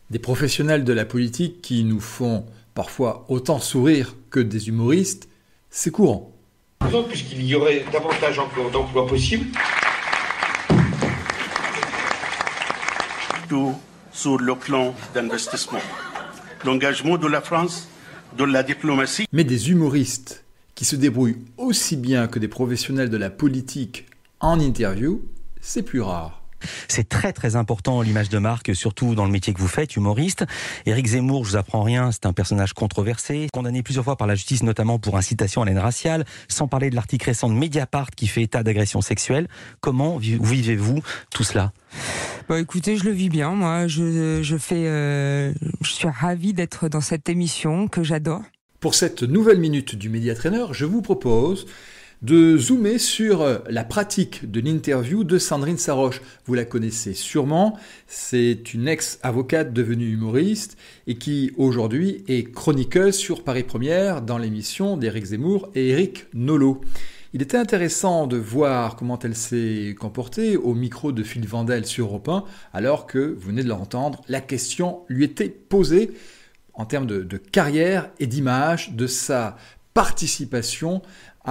Des professionnels de la politique qui nous font parfois autant sourire que des humoristes, c'est courant. Puisqu'il y aurait davantage encore d'emplois possibles. Tout sur le plan d'investissement. L'engagement de la France, de la diplomatie. Mais des humoristes qui se débrouillent aussi bien que des professionnels de la politique en interview, c'est plus rare. C'est très très important l'image de marque, surtout dans le métier que vous faites, humoriste. Éric Zemmour, je vous apprends rien, c'est un personnage controversé, condamné plusieurs fois par la justice, notamment pour incitation à la haine raciale, sans parler de l'article récent de Mediapart qui fait état d'agression sexuelle. Comment vivez-vous tout cela ? Écoutez, je le vis bien. Moi, je suis ravie d'être dans cette émission que j'adore. Pour cette nouvelle minute du Média Trainer, je vous propose de zoomer sur la pratique de l'interview de Sandrine Saroche. Vous la connaissez sûrement, c'est une ex-avocate devenue humoriste et qui aujourd'hui est chroniqueuse sur Paris Première dans l'émission d'Éric Zemmour et Éric Nolot. Il était intéressant de voir comment elle s'est comportée au micro de Philippe Vandel sur Europe 1, alors que, vous venez de l'entendre, la question lui était posée en termes de carrière et d'image, de sa participation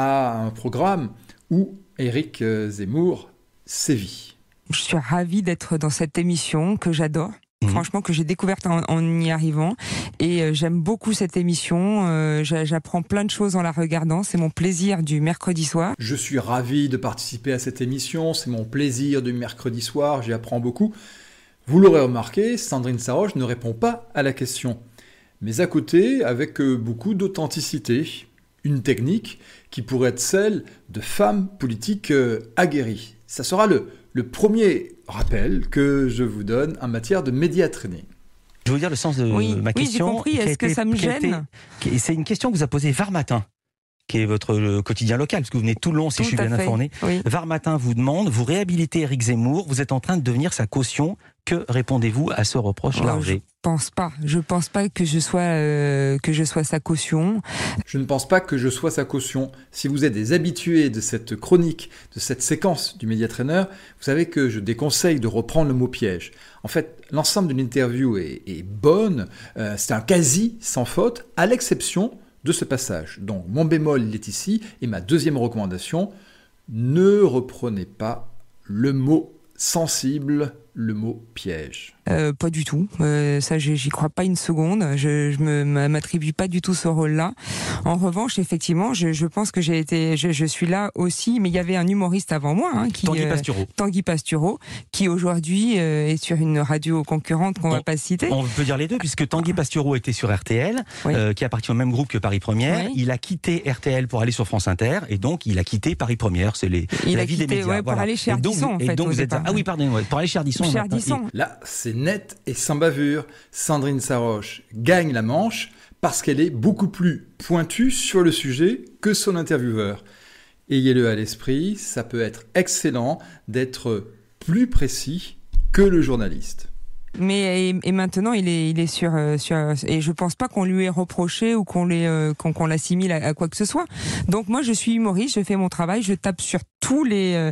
à un programme où Éric Zemmour sévit. Je suis ravie d'être dans cette émission que j'adore. Franchement, que j'ai découverte en y arrivant. Et j'aime beaucoup cette émission. J'apprends plein de choses en la regardant. C'est mon plaisir du mercredi soir. Je suis ravi de participer à cette émission. C'est mon plaisir du mercredi soir. J'y apprends beaucoup. Vous l'aurez remarqué, Sandrine Saroche ne répond pas à la question. Mais à côté, avec beaucoup d'authenticité. Une technique qui pourrait être celle de femmes politiques aguerries. Ça sera le premier rappel que je vous donne en matière de média training. Je veux vous dire le sens de ma question. Oui, j'ai compris. Est-ce que ça me gêne ? C'est une question que vous a posée Var Matin, qui est votre quotidien local, parce que vous venez de Toulon, si je suis bien informé. Oui. Var Matin vous demande, vous réhabilitez Éric Zemmour, vous êtes en train de devenir sa caution. Que répondez-vous à ce reproche largé ? Je pense pas que je sois sa caution. Je ne pense pas que je sois sa caution. Si vous êtes des habitués de cette chronique, de cette séquence du Média Trainer, vous savez que je déconseille de reprendre le mot piège. En fait, l'ensemble de l'interview est bonne, c'est un quasi sans faute, à l'exception de ce passage. Donc, mon bémol, il est ici, et ma deuxième recommandation, ne reprenez pas le mot sensible, le mot piège. Pas du tout. Ça, j'y crois pas une seconde. Je m'attribue pas du tout ce rôle-là. En revanche, effectivement, je pense que je suis là aussi, mais il y avait un humoriste avant moi, Tanguy Pastureau, qui aujourd'hui est sur une radio concurrente qu'on va pas citer. On peut dire les deux, puisque Tanguy Pastureau était sur RTL, qui appartient au même groupe que Paris Première. Oui. Il a quitté RTL pour aller sur France Inter, et donc il a quitté Paris Première. C'est la vie des médias. Pour aller chez Ardisson, en fait. Donc vous êtes... Ah oui, pardon, pour aller chez Ardisson. Là, c'est net et sans bavure. Sandrine Saroche gagne la manche parce qu'elle est beaucoup plus pointue sur le sujet que son intervieweur. Ayez-le à l'esprit, ça peut être excellent d'être plus précis que le journaliste. Mais et maintenant il est sur et je pense pas qu'on lui ait reproché ou qu'on l'assimile à quoi que ce soit. Donc moi je suis humoriste, je fais mon travail, je tape sur tous les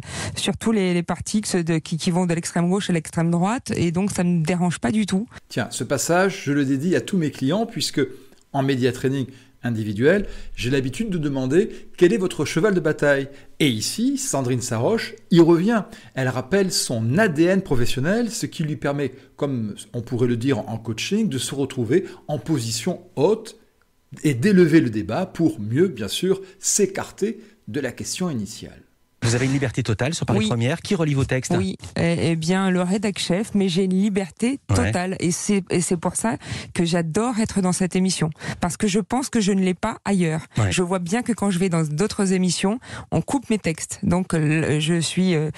partis qui vont de l'extrême gauche à l'extrême droite, et donc ça me dérange pas du tout. Tiens, ce passage, je le dédie à tous mes clients, puisque en média training individuel, j'ai l'habitude de demander quel est votre cheval de bataille. Et ici, Sandrine Saroche y revient. Elle rappelle son ADN professionnel, ce qui lui permet, comme on pourrait le dire en coaching, de se retrouver en position haute et d'élever le débat pour mieux, bien sûr, s'écarter de la question initiale. Vous avez une liberté totale sur Paris Première. Qui relit vos textes ? Oui, eh bien le rédac chef, mais j'ai une liberté totale. Et c'est pour ça que j'adore être dans cette émission. Parce que je pense que je ne l'ai pas ailleurs. Ouais. Je vois bien que quand je vais dans d'autres émissions, on coupe mes textes. Donc je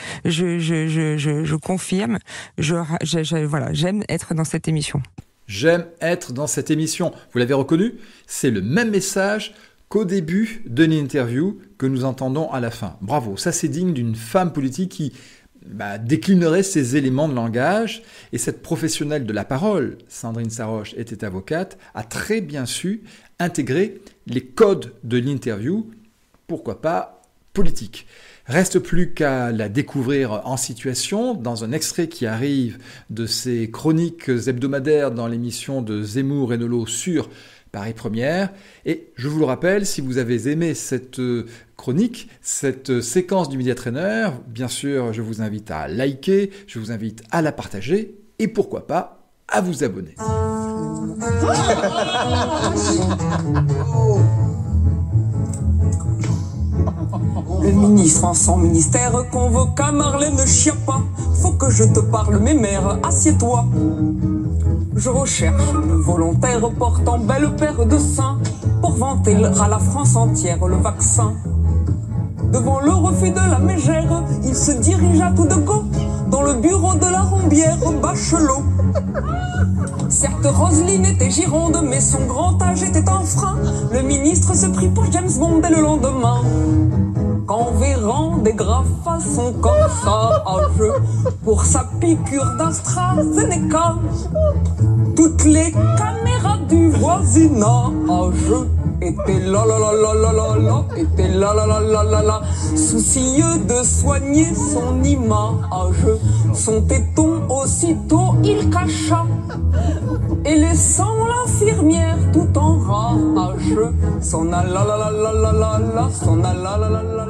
confirme, voilà, j'aime être dans cette émission. J'aime être dans cette émission. Vous l'avez reconnu ? C'est le même message qu'au début de l'interview que nous entendons à la fin. Bravo, ça c'est digne d'une femme politique qui déclinerait ces éléments de langage. Et cette professionnelle de la parole, Sandrine Saroche était avocate, a très bien su intégrer les codes de l'interview, pourquoi pas politique. Reste plus qu'à la découvrir en situation dans un extrait qui arrive de ces chroniques hebdomadaires dans l'émission de Zemmour et Nolot sur Paris Première. Et je vous le rappelle, si vous avez aimé cette chronique, cette séquence du Media Trainer, bien sûr, je vous invite à liker, je vous invite à la partager et pourquoi pas à vous abonner. Le ministre en son ministère convoqua Marlène Schiappa. Faut que je te parle, mes mères, assieds-toi. Je recherche une volontaire portant belle paire de seins pour vanter à la France entière le vaccin. Devant le refus de la mégère, il se dirigea tout de go dans le bureau de la Rombière Bachelot. Certes, Roselyne était gironde, mais son grand âge était un frein. Le ministre se prit pour James Bond dès le lendemain. Quand Véran dégrafa son corsage pour sa piqûre d'AstraZeneca, toutes les caméras du voisinage étaient là là là là là là là, étaient là là là là là là, soucieux de soigner son image. Son téton aussitôt il cacha, et laissant l'infirmière tout en rage, s'en alla la la la la la la, s'en alla la la la.